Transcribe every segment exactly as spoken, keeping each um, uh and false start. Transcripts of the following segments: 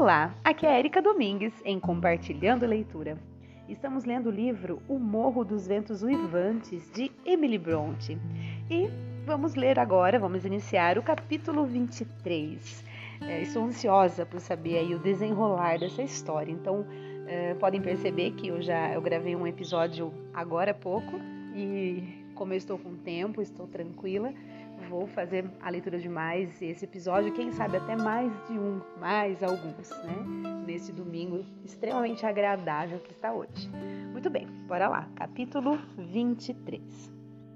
Olá, aqui é a Erika Domingues em Compartilhando Leitura. Estamos lendo o livro O Morro dos Ventos Uivantes, de Emily Brontë. E vamos ler agora, vamos iniciar o capítulo vinte e três. É, estou ansiosa por saber aí o desenrolar dessa história. Então, é, podem perceber que eu já eu gravei um episódio agora há pouco. E como eu estou com tempo, estou tranquila, vou fazer a leitura de mais esse episódio, quem sabe até mais de um, mais alguns, né? Nesse domingo extremamente agradável que está hoje. Muito bem, bora lá. Capítulo vinte e três.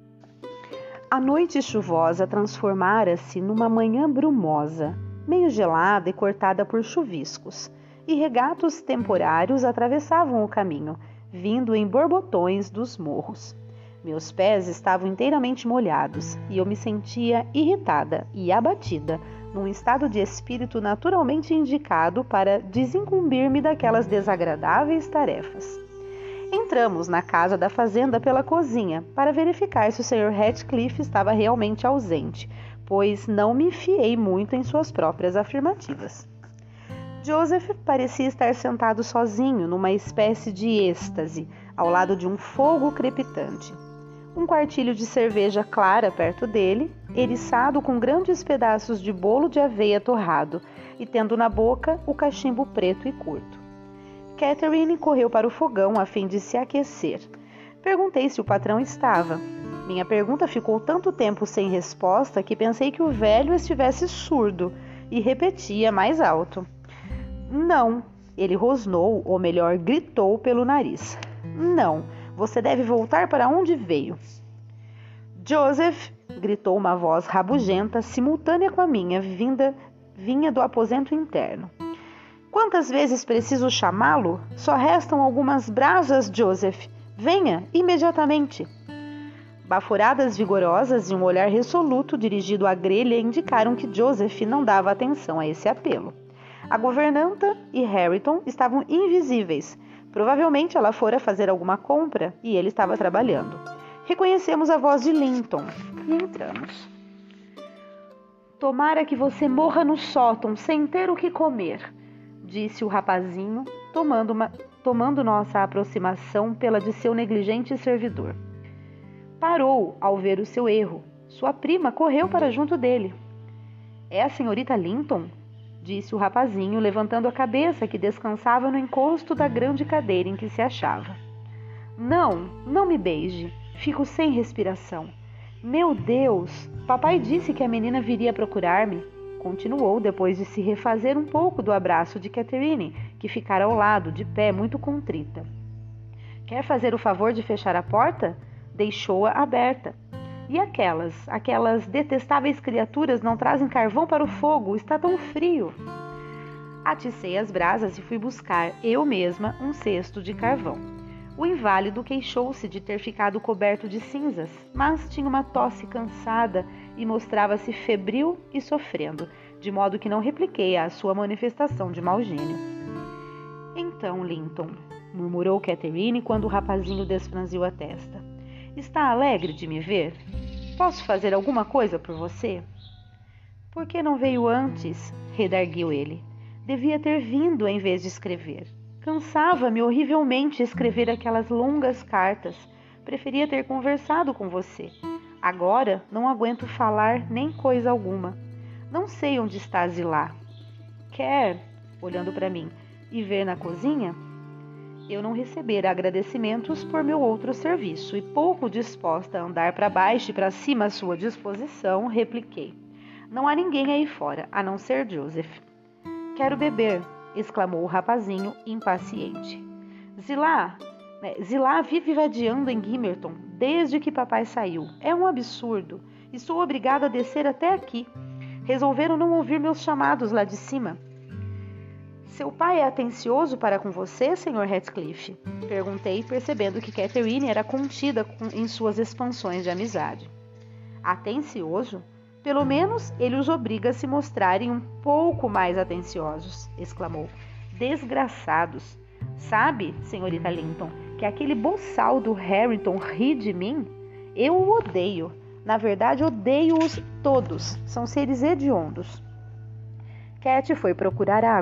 A noite chuvosa transformara-se numa manhã brumosa, meio gelada e cortada por chuviscos, e regatos temporários atravessavam o caminho, vindo em borbotões dos morros. Meus pés estavam inteiramente molhados e eu me sentia irritada e abatida, num estado de espírito naturalmente indicado para desincumbir-me daquelas desagradáveis tarefas. Entramos na casa da fazenda pela cozinha para verificar se o senhor Ratcliffe estava realmente ausente, pois não me fiei muito em suas próprias afirmativas. Joseph parecia estar sentado sozinho numa espécie de êxtase, ao lado de um fogo crepitante. Um quartilho de cerveja clara perto dele, eriçado com grandes pedaços de bolo de aveia torrado e tendo na boca o cachimbo preto e curto. Catherine correu para o fogão a fim de se aquecer. Perguntei se o patrão estava. Minha pergunta ficou tanto tempo sem resposta que pensei que o velho estivesse surdo e repetia mais alto. Não, ele rosnou, ou melhor, gritou pelo nariz. Não. Você deve voltar para onde veio. Joseph, gritou uma voz rabugenta, simultânea com a minha, vinda, vinha do aposento interno. Quantas vezes preciso chamá-lo? Só restam algumas brasas, Joseph. Venha, imediatamente. Baforadas vigorosas e um olhar resoluto dirigido à grelha indicaram que Joseph não dava atenção a esse apelo. A governanta e Harrington estavam invisíveis. Provavelmente ela fora fazer alguma compra e ele estava trabalhando. Reconhecemos a voz de Linton e entramos. Tomara que você morra no sótão sem ter o que comer, disse o rapazinho, tomando, uma, tomando nossa aproximação pela de seu negligente servidor. Parou ao ver o seu erro. Sua prima correu para junto dele. É a senhorita Linton? Disse o rapazinho, levantando a cabeça que descansava no encosto da grande cadeira em que se achava. Não, não me beije. Fico sem respiração. Meu Deus, papai disse que a menina viria procurar-me. Continuou depois de se refazer um pouco do abraço de Catherine, que ficara ao lado, de pé, muito contrita. Quer fazer o favor de fechar a porta? Deixou-a aberta. E aquelas, aquelas detestáveis criaturas não trazem carvão para o fogo, está tão frio. Aticei as brasas e fui buscar, eu mesma, um cesto de carvão. O inválido queixou-se de ter ficado coberto de cinzas, mas tinha uma tosse cansada e mostrava-se febril e sofrendo, de modo que não repliquei à sua manifestação de mau gênio. Então, Linton, murmurou Catherine quando o rapazinho desfranziu a testa. Está alegre de me ver? Posso fazer alguma coisa por você? Por que não veio antes? Redarguiu ele. Devia ter vindo em vez de escrever. Cansava-me horrivelmente escrever aquelas longas cartas. Preferia ter conversado com você. Agora não aguento falar nem coisa alguma. Não sei onde está Zillah. Quer, olhando para mim, ir ver na cozinha? Eu não recebera agradecimentos por meu outro serviço e, pouco disposta a andar para baixo e para cima à sua disposição, repliquei. Não há ninguém aí fora, a não ser Joseph. Quero beber, exclamou o rapazinho, impaciente. Zillah, Zillah vive vadiando em Gimmerton desde que papai saiu. É um absurdo e sou obrigada a descer até aqui. Resolveram não ouvir meus chamados lá de cima. Seu pai é atencioso para com você, senhor Ratcliffe? Perguntei, percebendo que Catherine era contida com, em suas expansões de amizade. Atencioso? Pelo menos ele os obriga a se mostrarem um pouco mais atenciosos, exclamou. Desgraçados! Sabe, senhorita Linton, que aquele boçal do Harrington ri de mim? Eu o odeio. Na verdade, odeio-os todos. São seres hediondos. Cat foi procurar água.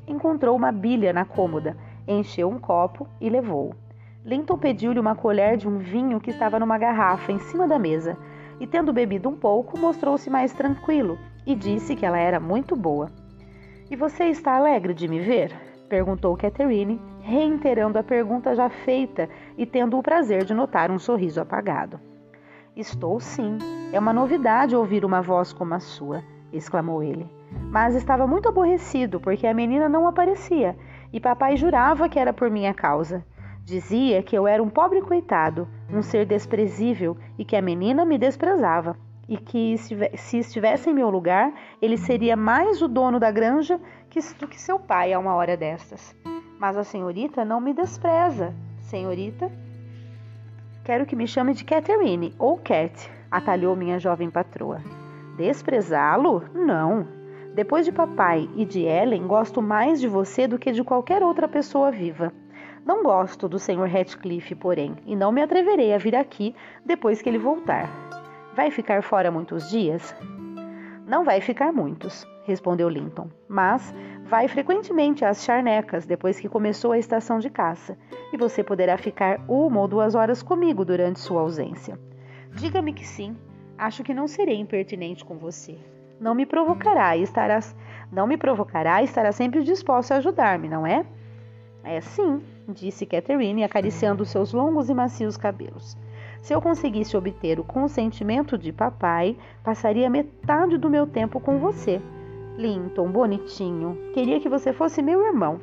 encontrou uma bilha na cômoda, encheu um copo e levou-o. Linton pediu-lhe uma colher de um vinho que estava numa garrafa em cima da mesa, e tendo bebido um pouco, mostrou-se mais tranquilo e disse que ela era muito boa. "E você está alegre de me ver?" perguntou Catherine, reiterando a pergunta já feita e tendo o prazer de notar um sorriso apagado. "Estou sim. É uma novidade ouvir uma voz como a sua", exclamou ele. Mas estava muito aborrecido porque a menina não aparecia e papai jurava que era por minha causa. Dizia que eu era um pobre coitado, um ser desprezível e que a menina me desprezava. E que se estivesse em meu lugar, ele seria mais o dono da granja do que seu pai a uma hora destas. Mas a senhorita não me despreza. Senhorita? Quero que me chame de Catherine ou Cat, atalhou minha jovem patroa. Desprezá-lo? Não. Depois de papai e de Ellen, gosto mais de você do que de qualquer outra pessoa viva. Não gosto do senhor Ratcliffe, porém, e não me atreverei a vir aqui depois que ele voltar. Vai ficar fora muitos dias? Não vai ficar muitos, respondeu Linton, mas vai frequentemente às charnecas depois que começou a estação de caça, e você poderá ficar uma ou duas horas comigo durante sua ausência. Diga-me que sim, acho que não serei impertinente com você. Não me provocará e estará, não me provocará e estará sempre disposto a ajudar-me, não é? É sim, disse Catherine, acariciando seus longos e macios cabelos. Se eu conseguisse obter o consentimento de papai, passaria metade do meu tempo com você. Linton, bonitinho, queria que você fosse meu irmão.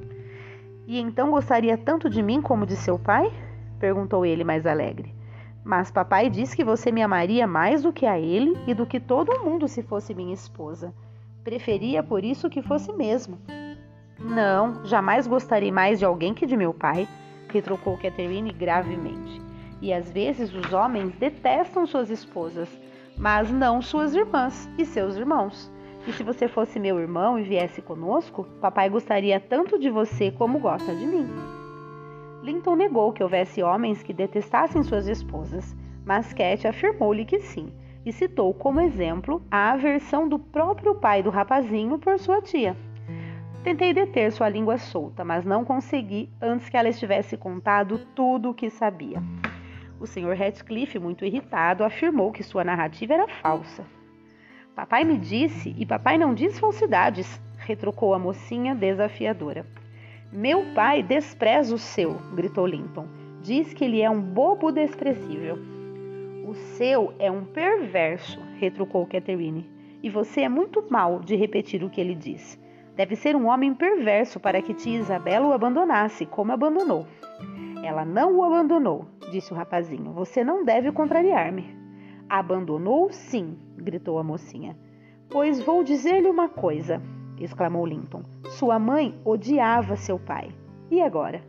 E então gostaria tanto de mim como de seu pai? Perguntou ele mais alegre. Mas papai disse que você me amaria mais do que a ele e do que todo mundo se fosse minha esposa. Preferia por isso que fosse mesmo. Não, jamais gostarei mais de alguém que de meu pai, retrucou Catherine gravemente. E às vezes os homens detestam suas esposas, mas não suas irmãs e seus irmãos. E se você fosse meu irmão e viesse conosco, papai gostaria tanto de você como gosta de mim. Linton negou que houvesse homens que detestassem suas esposas, mas Cat afirmou-lhe que sim, e citou como exemplo a aversão do próprio pai do rapazinho por sua tia. Tentei deter sua língua solta, mas não consegui antes que ela estivesse contado tudo o que sabia. O senhor Ratcliffe, muito irritado, afirmou que sua narrativa era falsa. Papai me disse, e papai não diz falsidades, retrucou a mocinha desafiadora. Meu pai despreza o seu, gritou Linton. Diz que ele é um bobo desprezível. O seu é um perverso, retrucou Catherine, e você é muito mal de repetir o que ele diz. Deve ser um homem perverso para que tia Isabela o abandonasse, como abandonou. Ela não o abandonou, disse o rapazinho. Você não deve contrariar-me. Abandonou, sim, gritou a mocinha. Pois vou dizer-lhe uma coisa, exclamou Linton. Sua mãe odiava seu pai. E agora?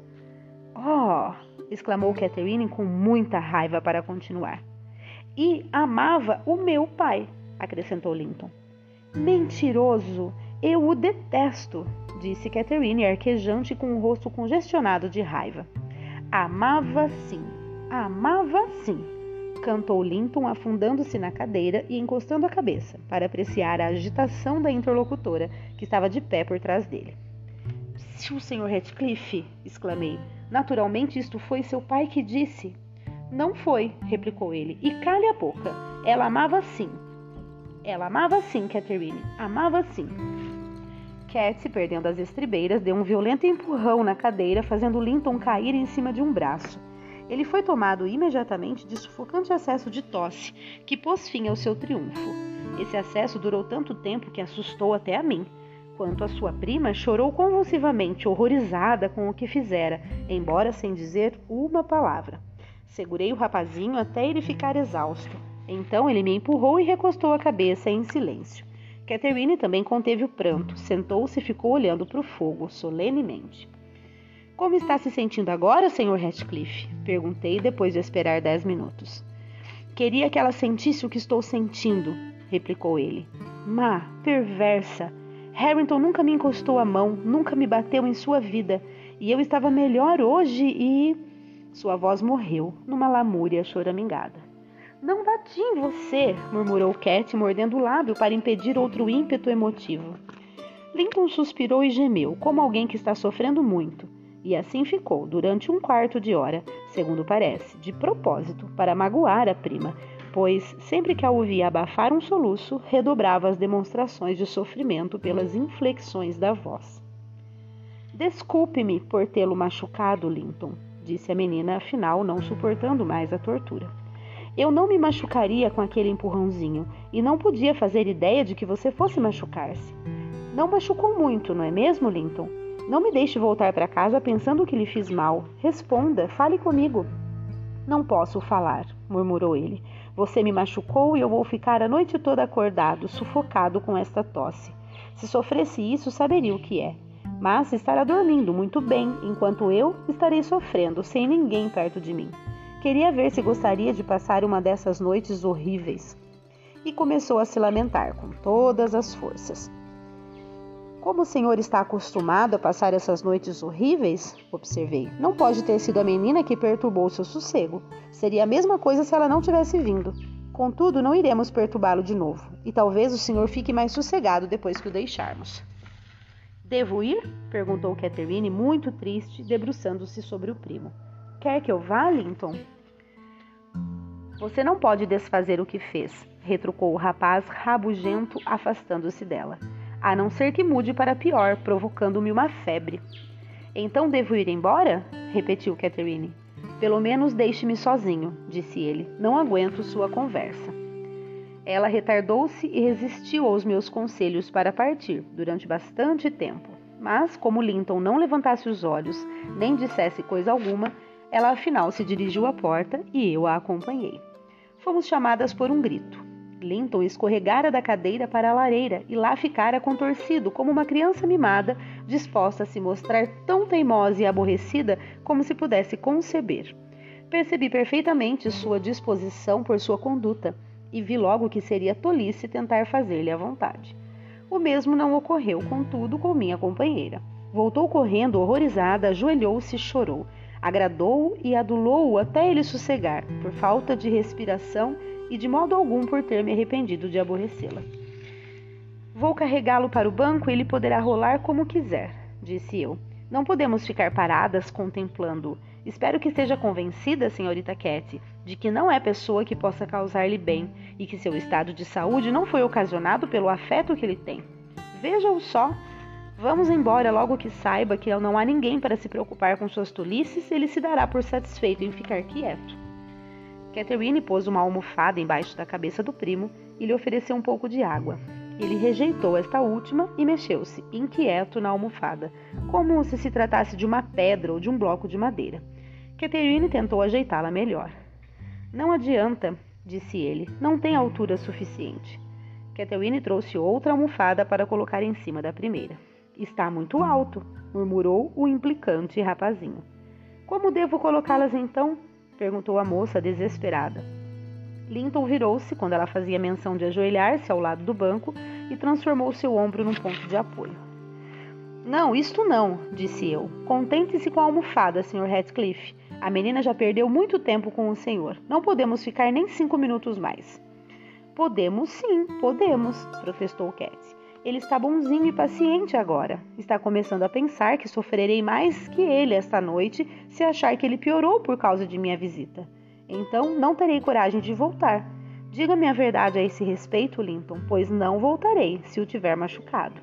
Oh, exclamou Catherine com muita raiva para continuar. E amava o meu pai, acrescentou Linton. Mentiroso! Eu o detesto, disse Catherine, arquejante com o rosto congestionado de raiva. Amava sim, amava sim, cantou Linton, afundando-se na cadeira e encostando a cabeça, para apreciar a agitação da interlocutora, que estava de pé por trás dele. Se o senhor Ratcliffe, exclamei, naturalmente isto foi seu pai que disse. Não foi, replicou ele, e cale a boca, ela amava sim. Ela amava sim, Catherine, amava sim. Cat, perdendo as estribeiras, deu um violento empurrão na cadeira, fazendo Linton cair em cima de um braço. Ele foi tomado imediatamente de sufocante acesso de tosse, que pôs fim ao seu triunfo. Esse acesso durou tanto tempo que assustou até a mim. Quanto a sua prima, chorou convulsivamente, horrorizada com o que fizera, embora sem dizer uma palavra. Segurei o rapazinho até ele ficar exausto. Então ele me empurrou e recostou a cabeça em silêncio. Catherine também conteve o pranto, sentou-se e ficou olhando para o fogo, solenemente. — Como está se sentindo agora, senhor Ratcliffe? Perguntei depois de esperar dez minutos. — Queria que ela sentisse o que estou sentindo, replicou ele. — Má, perversa! Harrington nunca me encostou a mão, nunca me bateu em sua vida, e eu estava melhor hoje e... Sua voz morreu, numa lamúria choramingada. Não bati em você, murmurou Cat, mordendo o lábio para impedir outro ímpeto emotivo. Linton suspirou e gemeu, como alguém que está sofrendo muito. E assim ficou, durante um quarto de hora, segundo parece, de propósito, para magoar a prima, pois, sempre que a ouvia abafar um soluço, redobrava as demonstrações de sofrimento pelas inflexões da voz. Desculpe-me por tê-lo machucado, Linton, disse a menina, afinal não suportando mais a tortura. Eu não me machucaria com aquele empurrãozinho, e não podia fazer ideia de que você fosse machucar-se. Não machucou muito, não é mesmo, Linton? Não me deixe voltar para casa pensando que lhe fiz mal. Responda, fale comigo. Não posso falar, murmurou ele. Você me machucou e eu vou ficar a noite toda acordado, sufocado com esta tosse. Se sofresse isso, saberia o que é. Mas estará dormindo muito bem, enquanto eu estarei sofrendo, sem ninguém perto de mim. Queria ver se gostaria de passar uma dessas noites horríveis. E começou a se lamentar com todas as forças. Como o senhor está acostumado a passar essas noites horríveis, observei, não pode ter sido a menina que perturbou seu sossego. Seria a mesma coisa se ela não tivesse vindo. Contudo, não iremos perturbá-lo de novo, e talvez o senhor fique mais sossegado depois que o deixarmos. Devo ir? Perguntou Catherine, muito triste, debruçando-se sobre o primo. Quer que eu vá, Linton? Você não pode desfazer o que fez, retrucou o rapaz rabugento, afastando-se dela. A não ser que mude para pior, provocando-me uma febre. Então devo ir embora? Repetiu Catherine. Pelo menos deixe-me sozinho, disse ele. Não aguento sua conversa. Ela retardou-se e resistiu aos meus conselhos para partir, durante bastante tempo. Mas, como Linton não levantasse os olhos, nem dissesse coisa alguma, ela afinal se dirigiu à porta e eu a acompanhei. Fomos chamadas por um grito. Linton escorregara da cadeira para a lareira e lá ficara contorcido, como uma criança mimada, disposta a se mostrar tão teimosa e aborrecida como se pudesse conceber. Percebi perfeitamente sua disposição por sua conduta e vi logo que seria tolice tentar fazer-lhe a vontade. O mesmo não ocorreu, contudo, com minha companheira. Voltou correndo, horrorizada, ajoelhou-se e chorou. Agradou-o e adulou-o até ele sossegar, por falta de respiração e de modo algum por ter me arrependido de aborrecê-la. Vou carregá-lo para o banco e ele poderá rolar como quiser, disse eu. Não podemos ficar paradas contemplando-o. Espero que esteja convencida, senhorita Cat, de que não é pessoa que possa causar-lhe bem e que seu estado de saúde não foi ocasionado pelo afeto que ele tem. Veja-o só. Vamos embora logo que saiba que não há ninguém para se preocupar com suas tolices, ele se dará por satisfeito em ficar quieto. Catherine pôs uma almofada embaixo da cabeça do primo e lhe ofereceu um pouco de água. Ele rejeitou esta última e mexeu-se, inquieto, na almofada, como se se tratasse de uma pedra ou de um bloco de madeira. Catherine tentou ajeitá-la melhor. Não adianta, disse ele, não tem altura suficiente. Catherine trouxe outra almofada para colocar em cima da primeira. Está muito alto, murmurou o implicante rapazinho. Como devo colocá-las então? Perguntou a moça, desesperada. Linton virou-se quando ela fazia menção de ajoelhar-se ao lado do banco e transformou seu ombro num ponto de apoio. Não, isto não, disse eu. Contente-se com a almofada, senhor Heathcliff. A menina já perdeu muito tempo com o senhor. Não podemos ficar nem cinco minutos mais. Podemos sim, podemos, protestou Cat. Ele está bonzinho e paciente agora. Está começando a pensar que sofrerei mais que ele esta noite se achar que ele piorou por causa de minha visita. Então não terei coragem de voltar. Diga-me a verdade a esse respeito, Linton, pois não voltarei se o tiver machucado.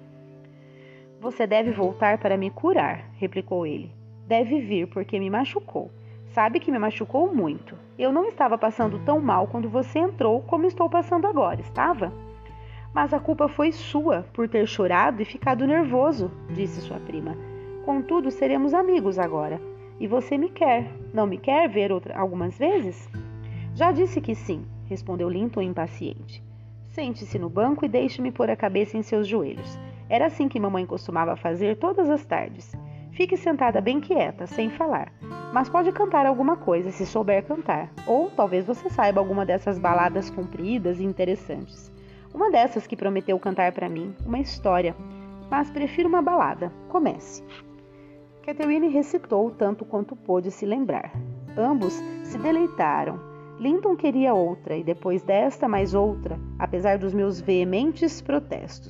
Você deve voltar para me curar, replicou ele. Deve vir porque me machucou. Sabe que me machucou muito. Eu não estava passando tão mal quando você entrou como estou passando agora, estava? Mas a culpa foi sua por ter chorado e ficado nervoso, disse sua prima. Contudo, seremos amigos agora. E você me quer. Não me quer ver outra, algumas vezes? Já disse que sim, respondeu Linton impaciente. Sente-se no banco e deixe-me pôr a cabeça em seus joelhos. Era assim que mamãe costumava fazer todas as tardes. Fique sentada bem quieta, sem falar. Mas pode cantar alguma coisa, se souber cantar. Ou talvez você saiba alguma dessas baladas compridas e interessantes. Uma dessas que prometeu cantar para mim, uma história. Mas prefiro uma balada. Comece. Catherine recitou tanto quanto pôde se lembrar. Ambos se deleitaram. Linton queria outra, e depois desta mais outra, apesar dos meus veementes protestos.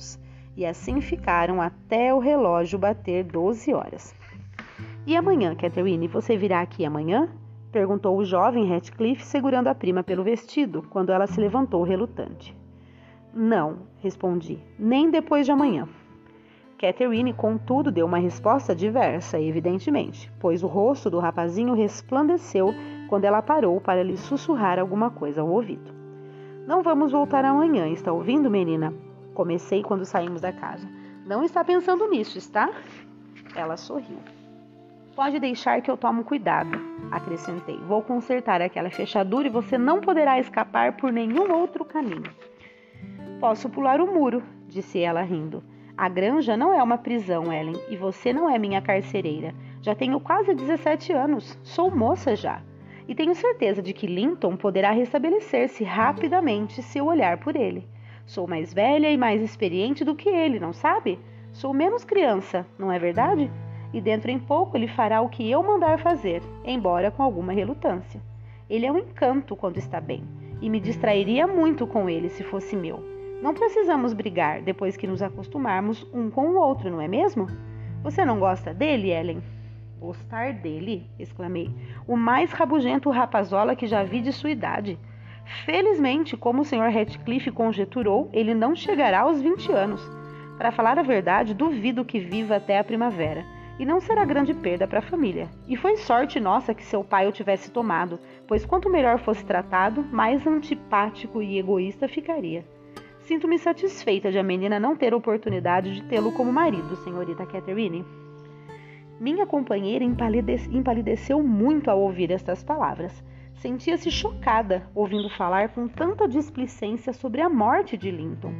E assim ficaram até o relógio bater doze horas. E amanhã, Catherine, você virá aqui amanhã? Perguntou o jovem Heathcliff, segurando a prima pelo vestido, quando ela se levantou relutante. Não, respondi, nem depois de amanhã. Catherine, contudo, deu uma resposta diversa, evidentemente, pois o rosto do rapazinho resplandeceu quando ela parou para lhe sussurrar alguma coisa ao ouvido. Não vamos voltar amanhã, está ouvindo, menina? Comecei quando saímos da casa. Não está pensando nisso, está? Ela sorriu. Pode deixar que eu tomo cuidado, acrescentei. Vou consertar aquela fechadura e você não poderá escapar por nenhum outro caminho. Posso pular o muro, disse ela rindo. A granja não é uma prisão, Ellen, e você não é minha carcereira. Já tenho quase dezessete anos, sou moça já. E tenho certeza de que Linton poderá restabelecer-se rapidamente se eu olhar por ele. Sou mais velha e mais experiente do que ele, não sabe? Sou menos criança, não é verdade? E dentro em pouco ele fará o que eu mandar fazer, embora com alguma relutância. Ele é um encanto quando está bem, e me distrairia muito com ele se fosse meu. Não precisamos brigar depois que nos acostumarmos um com o outro, não é mesmo? Você não gosta dele, Ellen? Gostar dele? Exclamei. O mais rabugento rapazola que já vi de sua idade. Felizmente, como o senhor Heathcliff conjeturou, ele não chegará aos vinte anos. Para falar a verdade, duvido que viva até a primavera. E não será grande perda para a família. E foi sorte nossa que seu pai o tivesse tomado, pois quanto melhor fosse tratado, mais antipático e egoísta ficaria. Sinto-me satisfeita de a menina não ter oportunidade de tê-lo como marido, senhorita Catherine. Minha companheira empalidece, empalideceu muito ao ouvir estas palavras. Sentia-se chocada, ouvindo falar com tanta displicência sobre a morte de Linton.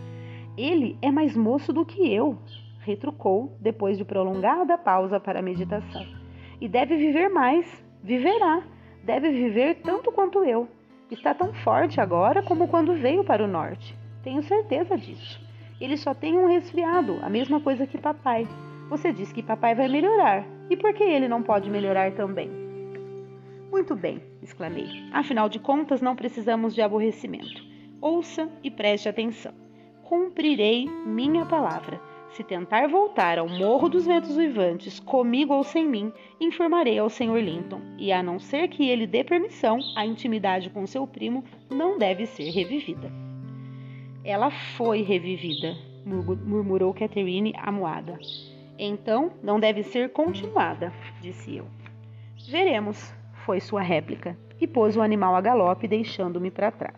Ele é mais moço do que eu, retrucou, depois de prolongada pausa para a meditação. E deve viver mais, viverá, deve viver tanto quanto eu. Está tão forte agora como quando veio para o norte. Tenho certeza disso. Ele só tem um resfriado, a mesma coisa que papai. Você diz que papai vai melhorar. E por que ele não pode melhorar também? Muito bem, exclamei. Afinal de contas, não precisamos de aborrecimento. Ouça e preste atenção. Cumprirei minha palavra. Se tentar voltar ao Morro dos Ventos Uivantes, comigo ou sem mim, informarei ao senhor Linton. E a não ser que ele dê permissão, a intimidade com seu primo não deve ser revivida. Ela foi revivida, murmurou Catherine amuada. Então, não deve ser continuada, disse eu. Veremos, foi sua réplica, e pôs o animal a galope, deixando-me para trás.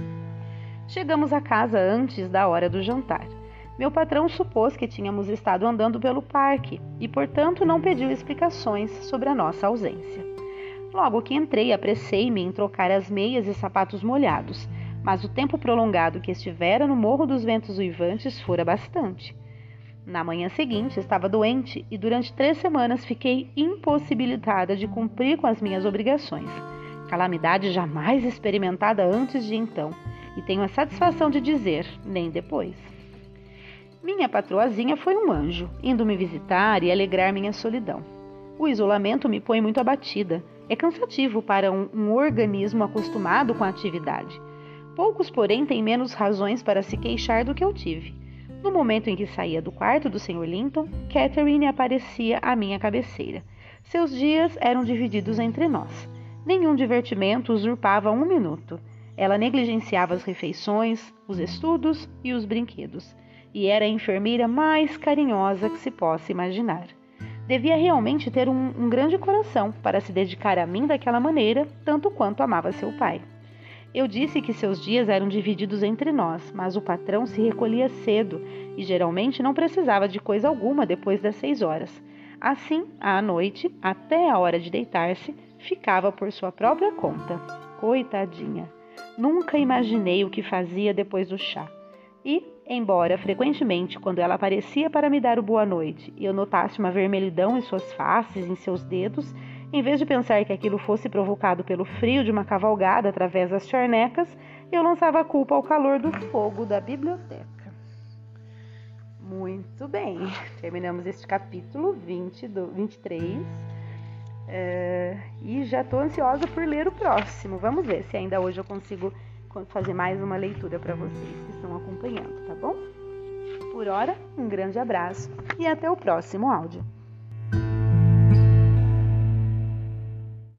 Chegamos à casa antes da hora do jantar. Meu patrão supôs que tínhamos estado andando pelo parque e, portanto, não pediu explicações sobre a nossa ausência. Logo que entrei, apressei-me em trocar as meias e sapatos molhados, mas o tempo prolongado que estivera no Morro dos Ventos Uivantes fora bastante. Na manhã seguinte, estava doente e durante três semanas fiquei impossibilitada de cumprir com as minhas obrigações. Calamidade jamais experimentada antes de então, e tenho a satisfação de dizer, nem depois. Minha patroazinha foi um anjo, indo me visitar e alegrar minha solidão. O isolamento me põe muito abatida. É cansativo para um, um organismo acostumado com a atividade. Poucos, porém, têm menos razões para se queixar do que eu tive. No momento em que saía do quarto do senhor Linton, Catherine aparecia à minha cabeceira. Seus dias eram divididos entre nós. Nenhum divertimento usurpava um minuto. Ela negligenciava as refeições, os estudos e os brinquedos. E era a enfermeira mais carinhosa que se possa imaginar. Devia realmente ter um, um grande coração para se dedicar a mim daquela maneira, tanto quanto amava seu pai. Eu disse que seus dias eram divididos entre nós, mas o patrão se recolhia cedo e geralmente não precisava de coisa alguma depois das seis horas. Assim, à noite, até a hora de deitar-se, ficava por sua própria conta. Coitadinha! Nunca imaginei o que fazia depois do chá. E, embora frequentemente, quando ela aparecia para me dar o boa noite e eu notasse uma vermelhidão em suas faces, em seus dedos, em vez de pensar que aquilo fosse provocado pelo frio de uma cavalgada através das charnecas, eu lançava a culpa ao calor do fogo da biblioteca. Muito bem, terminamos este capítulo vinte, do, vinte e três é, e já estou ansiosa por ler o próximo. Vamos ver se ainda hoje eu consigo fazer mais uma leitura para vocês que estão acompanhando, tá bom? Por hora, um grande abraço e até o próximo áudio.